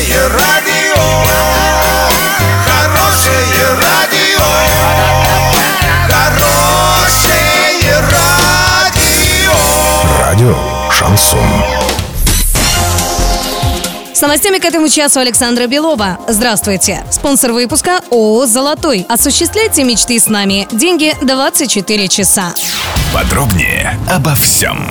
Хорошее радио, хорошее радио, хорошее радио. Радио «Шансон». С новостями к этому часу Александра Белова. Здравствуйте. Спонсор выпуска ООО «Золотой». Осуществляйте мечты с нами. Деньги 24 часа. Подробнее обо всем.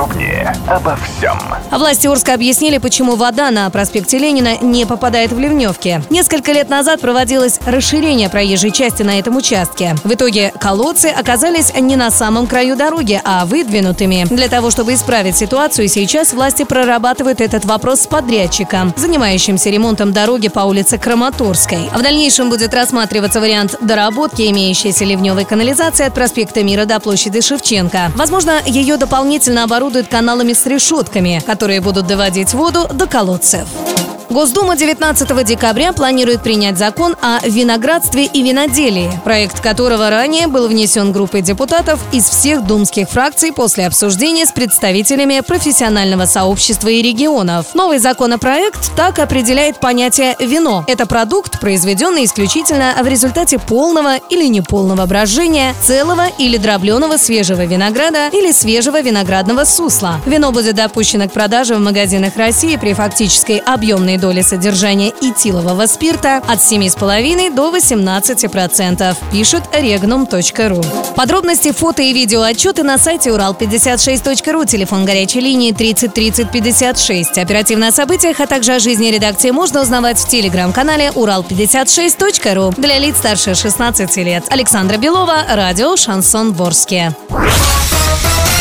Власти Орска объяснили, почему вода на проспекте Ленина не попадает в ливневки. Несколько лет назад проводилось расширение проезжей части на этом участке. В итоге колодцы оказались не на самом краю дороги, а выдвинутыми. Для того, чтобы исправить ситуацию, сейчас власти прорабатывают этот вопрос с подрядчиком, занимающимся ремонтом дороги по улице Краматорской. В дальнейшем будет рассматриваться вариант доработки имеющейся ливневой канализации от проспекта Мира до площади Шевченко. Возможно, ее дополнительно оборудуют каналами с решетками, которые будут доводить воду до колодцев. Госдума 19 декабря планирует принять закон о виноградстве и виноделии, проект которого ранее был внесен группой депутатов из всех думских фракций после обсуждения с представителями профессионального сообщества и регионов. Новый законопроект так определяет понятие «вино». Это продукт, произведенный исключительно в результате полного или неполного брожения целого или дробленого свежего винограда или свежего виноградного сусла. Вино будет допущено к продаже в магазинах России при фактической объемной доли содержания этилового спирта от 7,5 до 18%, пишет regnum.ru. Подробности, фото и видеоотчеты на сайте урал56.ру, телефон горячей линии 30 30 56. Оперативно о событиях, а также о жизни редакции можно узнавать в телеграм-канале урал56.ру для лиц старше 16 лет. Александра Белова, радио «Шансон Ворске».